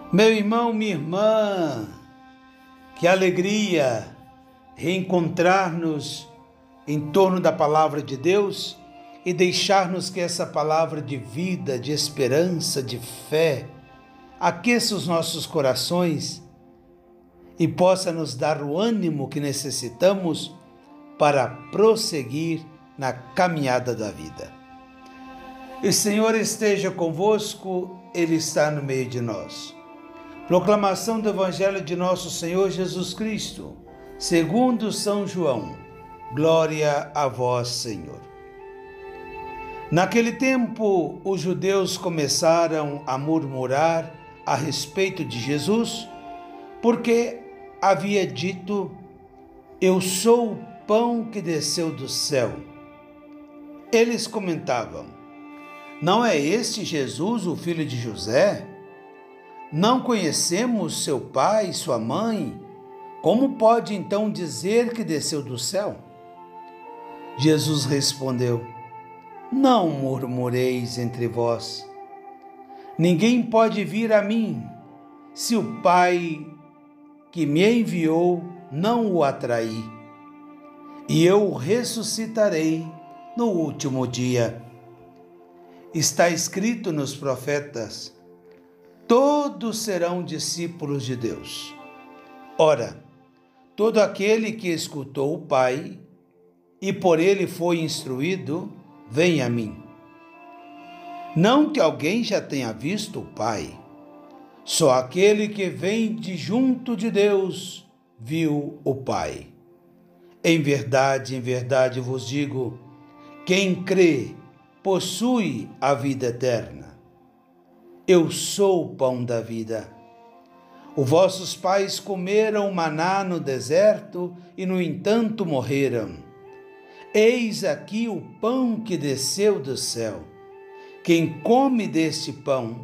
Meu irmão, minha irmã, que alegria reencontrar-nos em torno da palavra de Deus e deixar-nos que essa palavra de vida, de esperança, de fé, aqueça os nossos corações e possa nos dar o ânimo que necessitamos para prosseguir na caminhada da vida. O Senhor esteja convosco, Ele está no meio de nós. Proclamação do Evangelho de nosso Senhor Jesus Cristo, segundo São João. Glória a vós, Senhor. Naquele tempo, os judeus começaram a murmurar a respeito de Jesus, porque havia dito: Eu sou o pão que desceu do céu. Eles comentavam: Não é este Jesus, o filho de José? Não conhecemos seu pai e sua mãe? Como pode então dizer que desceu do céu? Jesus respondeu: Não murmureis entre vós. Ninguém pode vir a mim se o Pai que me enviou não o atrair. E eu o ressuscitarei no último dia. Está escrito nos profetas: todos serão discípulos de Deus. Ora, todo aquele que escutou o Pai e por ele foi instruído, vem a mim. Não que alguém já tenha visto o Pai, só aquele que vem de junto de Deus viu o Pai. Em verdade vos digo, quem crê possui a vida eterna. Eu sou o pão da vida. Os vossos pais comeram maná no deserto e, no entanto, morreram. Eis aqui o pão que desceu do céu. Quem come deste pão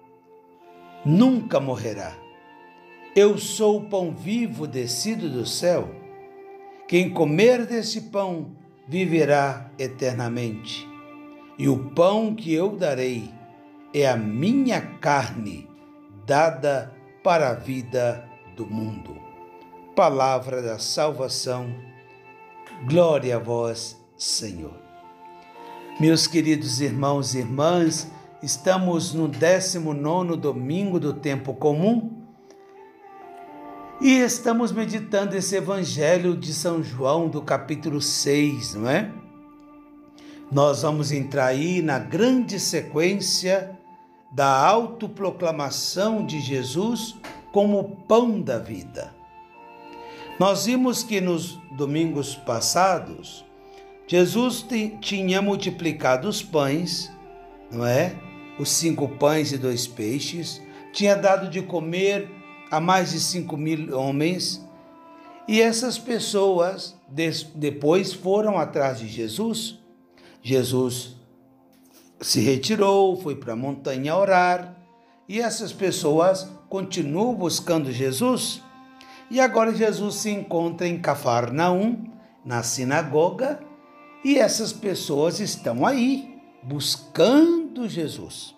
nunca morrerá. Eu sou o pão vivo descido do céu. Quem comer deste pão viverá eternamente. E o pão que eu darei é a minha carne, dada para a vida do mundo. Palavra da salvação. Glória a vós, Senhor. Meus queridos irmãos e irmãs, estamos no 19º domingo do tempo comum e estamos meditando esse Evangelho de São João do capítulo 6, não é? Nós vamos entrar aí na grande sequência da autoproclamação de Jesus como pão da vida. Nós vimos que nos domingos passados, Jesus tinha multiplicado os pães, não é? Os 5 pães e 2 peixes, tinha dado de comer a mais de 5.000 homens, e essas pessoas depois foram atrás de Jesus. Jesus se retirou, foi para a montanha orar, e essas pessoas continuam buscando Jesus. E agora Jesus se encontra em Cafarnaum, na sinagoga, e essas pessoas estão aí, buscando Jesus.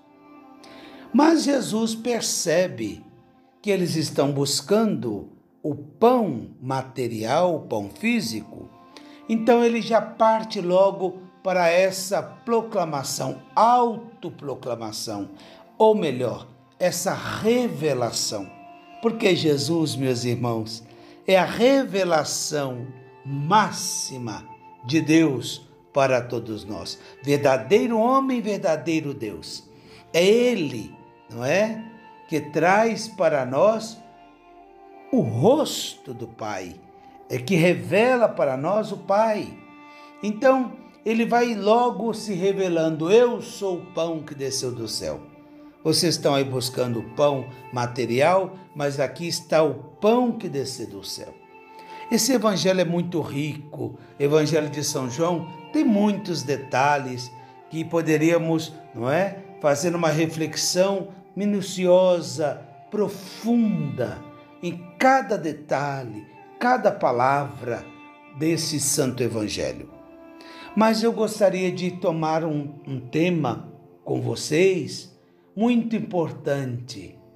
Mas Jesus percebe que eles estão buscando o pão material, o pão físico, então ele já parte logo para essa proclamação, autoproclamação, ou melhor, essa revelação. Porque Jesus, meus irmãos, é a revelação máxima de Deus para todos nós. Verdadeiro homem, verdadeiro Deus. É Ele, não é? Que traz para nós o rosto do Pai, é que revela para nós o Pai. Então, ele vai logo se revelando: eu sou o pão que desceu do céu. Vocês estão aí buscando o pão material, mas aqui está o pão que desceu do céu. Esse evangelho é muito rico. O Evangelho de São João tem muitos detalhes que poderíamos, não é, fazer uma reflexão minuciosa, profunda, em cada detalhe, cada palavra desse santo evangelho. Mas eu gostaria de tomar um tema com vocês muito importante,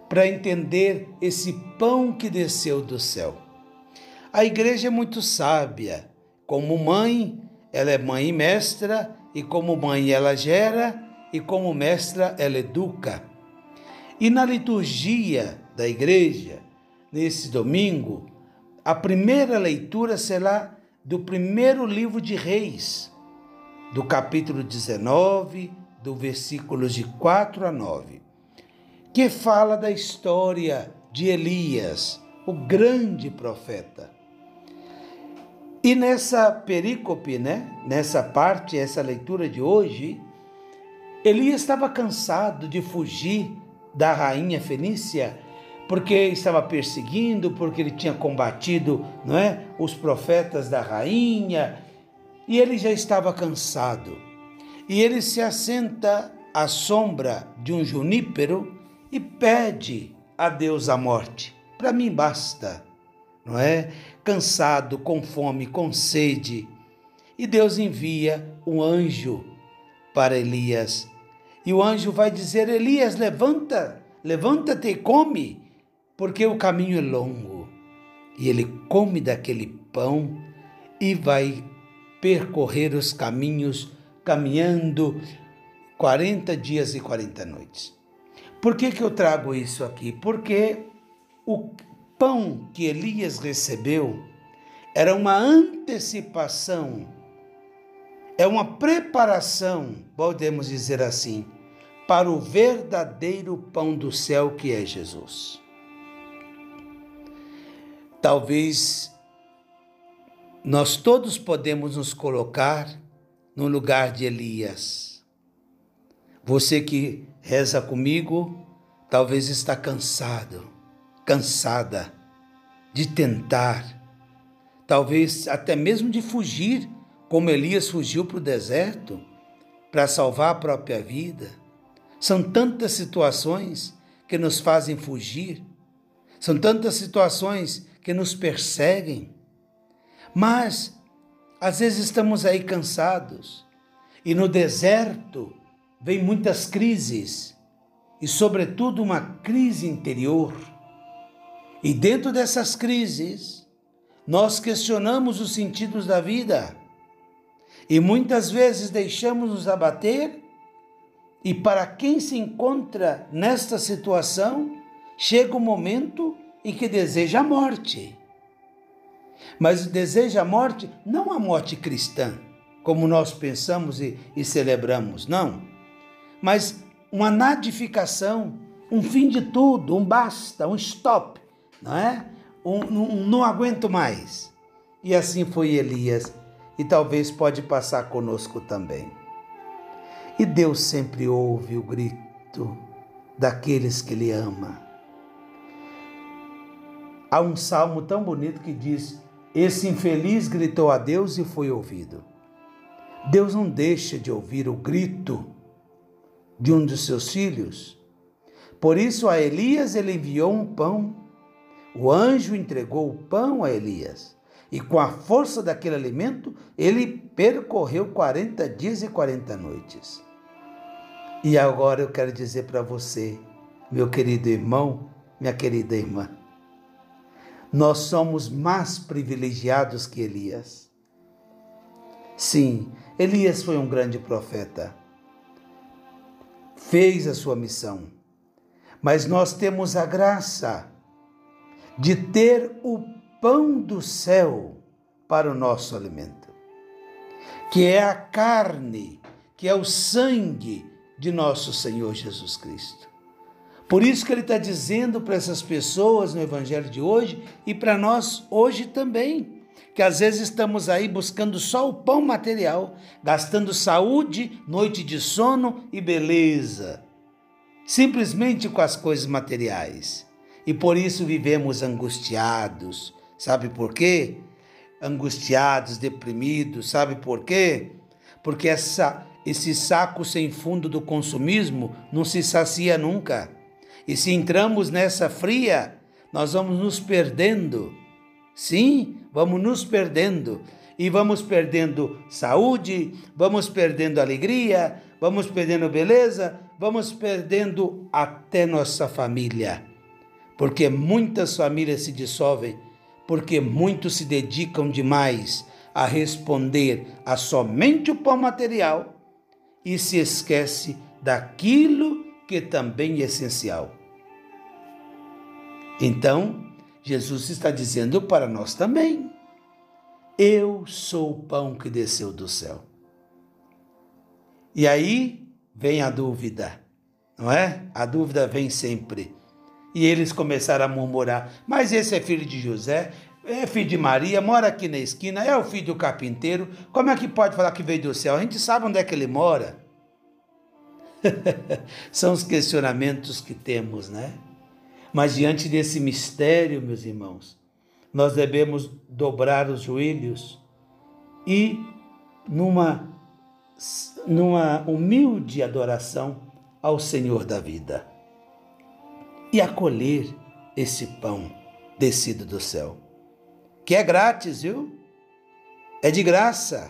para entender esse pão que desceu do céu. A igreja é muito sábia. Como mãe, ela é mãe e mestra, e como mãe ela gera, e como mestra ela educa. E na liturgia da igreja, nesse domingo, a primeira leitura será do primeiro livro de Reis, do capítulo 19, do versículos de 4 a 9, que fala da história de Elias, o grande profeta. E nessa perícope, nessa parte, essa leitura de hoje, Elias estava cansado de fugir da rainha fenícia, porque estava perseguindo, porque ele tinha combatido, os profetas da rainha, e ele já estava cansado. E ele se assenta à sombra de um junípero e pede a Deus a morte. Para mim basta, Cansado, com fome, com sede. E Deus envia um anjo para Elias. E o anjo vai dizer: Elias, levanta-te e come, porque o caminho é longo. E ele come daquele pão e vai percorrer os caminhos, caminhando 40 dias e 40 noites. Por que eu trago isso aqui? Porque o pão que Elias recebeu era uma antecipação, é uma preparação, podemos dizer assim, para o verdadeiro pão do céu que é Jesus. Talvez nós todos podemos nos colocar no lugar de Elias. Você que reza comigo, talvez está cansada de tentar, talvez até mesmo de fugir, como Elias fugiu para o deserto, para salvar a própria vida. São tantas situações que nos fazem fugir, são tantas situações que nos perseguem, mas às vezes estamos aí cansados, e no deserto vem muitas crises, e sobretudo uma crise interior. E dentro dessas crises, nós questionamos os sentidos da vida e muitas vezes deixamos nos abater, e para quem se encontra nesta situação, chega o momento em que deseja a morte. Mas deseja a morte, não a morte cristã, como nós pensamos e celebramos, não. Mas uma nadificação, um fim de tudo, um basta, um stop. Não aguento mais. E assim foi Elias, e talvez pode passar conosco também. E Deus sempre ouve o grito daqueles que Ele ama. Há um salmo tão bonito que diz: esse infeliz gritou a Deus e foi ouvido. Deus não deixa de ouvir o grito de um dos seus filhos. Por isso a Elias Ele enviou um pão. O anjo entregou o pão a Elias, e com a força daquele alimento, ele percorreu 40 dias e 40 noites. E agora eu quero dizer para você, meu querido irmão, minha querida irmã, nós somos mais privilegiados que Elias. Sim, Elias foi um grande profeta, fez a sua missão, mas nós temos a graça de ter o pão do céu para o nosso alimento, que é a carne, que é o sangue de nosso Senhor Jesus Cristo. Por isso que Ele está dizendo para essas pessoas no Evangelho de hoje, e para nós hoje também, que às vezes estamos aí buscando só o pão material, gastando saúde, noite de sono e beleza, simplesmente com as coisas materiais. E por isso vivemos angustiados. Sabe por quê? Angustiados, deprimidos. Sabe por quê? Porque esse saco sem fundo do consumismo não se sacia nunca. E se entramos nessa fria, nós vamos nos perdendo. Sim, vamos nos perdendo. E vamos perdendo saúde, vamos perdendo alegria, vamos perdendo beleza, vamos perdendo até nossa família. porque muitas famílias se dissolvem, porque muitos se dedicam demais a responder a somente o pão material e se esquece daquilo que também é essencial. Então, Jesus está dizendo para nós também: eu sou o pão que desceu do céu. E aí vem a dúvida, não é? A dúvida vem sempre. E eles começaram a murmurar: mas esse é filho de José, é filho de Maria, mora aqui na esquina, é o filho do carpinteiro, como é que pode falar que veio do céu? A gente sabe onde é que ele mora. São os questionamentos que temos, né? Mas diante desse mistério, meus irmãos, nós devemos dobrar os joelhos e, numa humilde adoração ao Senhor da vida, e acolher esse pão descido do céu, que é grátis, viu? É de graça,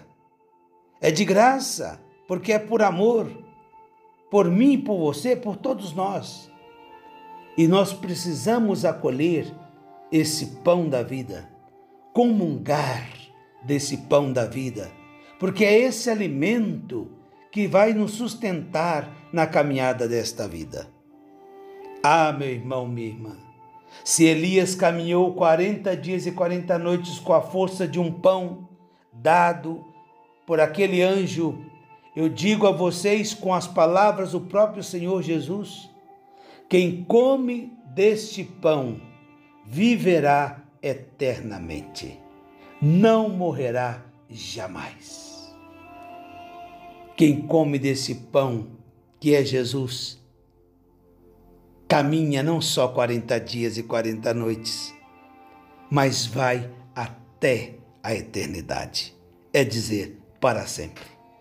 porque é por amor, por mim, por você, por todos nós. E nós precisamos acolher esse pão da vida, comungar desse pão da vida, porque é esse alimento que vai nos sustentar na caminhada desta vida. Ah, meu irmão, minha irmã, se Elias caminhou 40 dias e 40 noites com a força de um pão dado por aquele anjo, eu digo a vocês com as palavras do próprio Senhor Jesus: quem come deste pão viverá eternamente, não morrerá jamais. Quem come desse pão, que é Jesus, caminha não só 40 dias e 40 noites, mas vai até a eternidade, é dizer, para sempre.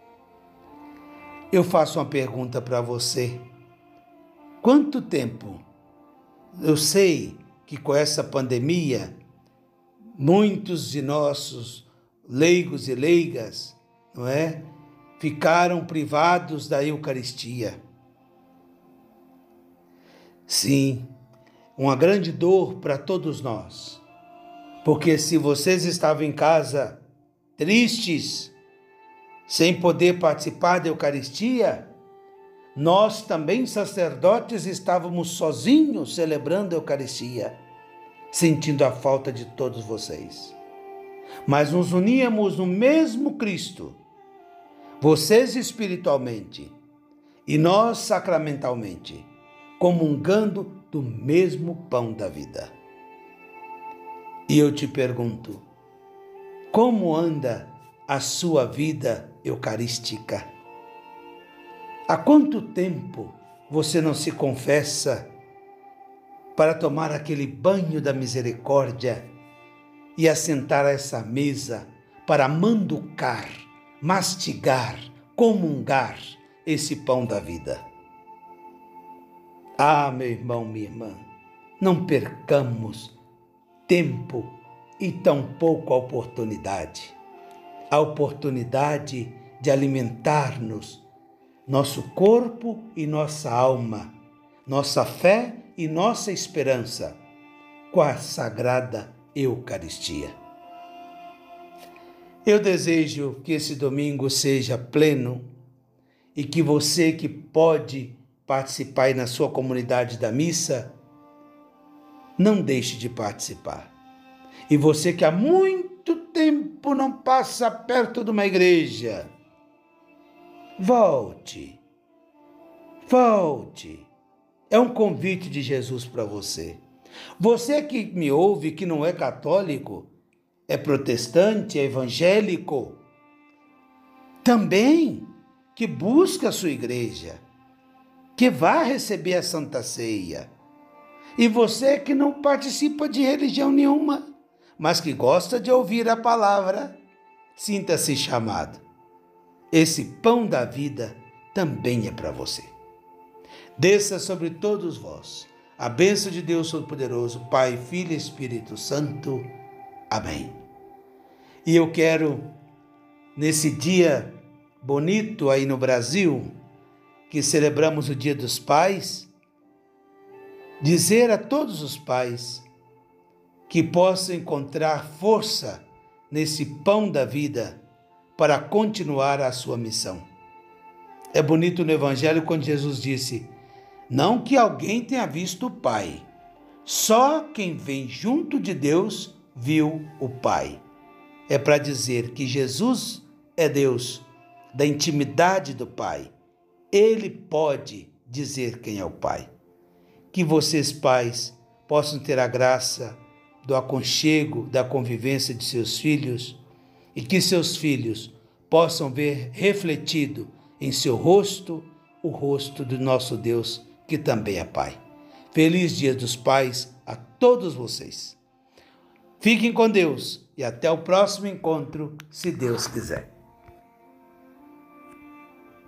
Eu faço uma pergunta para você: quanto tempo? Eu sei que com essa pandemia, muitos de nossos leigos e leigas, não é, ficaram privados da Eucaristia. Sim, uma grande dor para todos nós, porque se vocês estavam em casa tristes, sem poder participar da Eucaristia, nós também, sacerdotes, estávamos sozinhos celebrando a Eucaristia, sentindo a falta de todos vocês. Mas nos uníamos no mesmo Cristo, vocês espiritualmente e nós sacramentalmente, comungando do mesmo pão da vida. E eu te pergunto: como anda a sua vida eucarística? Há quanto tempo você não se confessa para tomar aquele banho da misericórdia e assentar a essa mesa para manducar, mastigar, comungar esse pão da vida? Ah, meu irmão, minha irmã, não percamos tempo e tampouco a oportunidade de alimentar-nos, nosso corpo e nossa alma, nossa fé e nossa esperança, com a Sagrada Eucaristia. Eu desejo que esse domingo seja pleno e que você que pode participar aí na sua comunidade da missa, não deixe de participar. E você que há muito tempo não passa perto de uma igreja, volte. É um convite de Jesus para você. Você que me ouve, que não é católico, é protestante, é evangélico, também que busca a sua igreja, que vá receber a Santa Ceia. E você que não participa de religião nenhuma, mas que gosta de ouvir a palavra, sinta-se chamado. Esse pão da vida também é para você. Desça sobre todos vós a bênção de Deus Todo-Poderoso, Pai, Filho e Espírito Santo. Amém. E eu quero, nesse dia bonito aí no Brasil, que celebramos o Dia dos Pais, dizer a todos os pais que possam encontrar força nesse pão da vida para continuar a sua missão. É bonito no Evangelho quando Jesus disse: não que alguém tenha visto o Pai, só quem vem junto de Deus viu o Pai. É para dizer que Jesus é Deus, da intimidade do Pai. Ele pode dizer quem é o Pai. Que vocês, pais, possam ter a graça do aconchego, da convivência de seus filhos e que seus filhos possam ver refletido em seu rosto o rosto do nosso Deus, que também é Pai. Feliz Dia dos Pais a todos vocês. Fiquem com Deus e até o próximo encontro, se Deus quiser.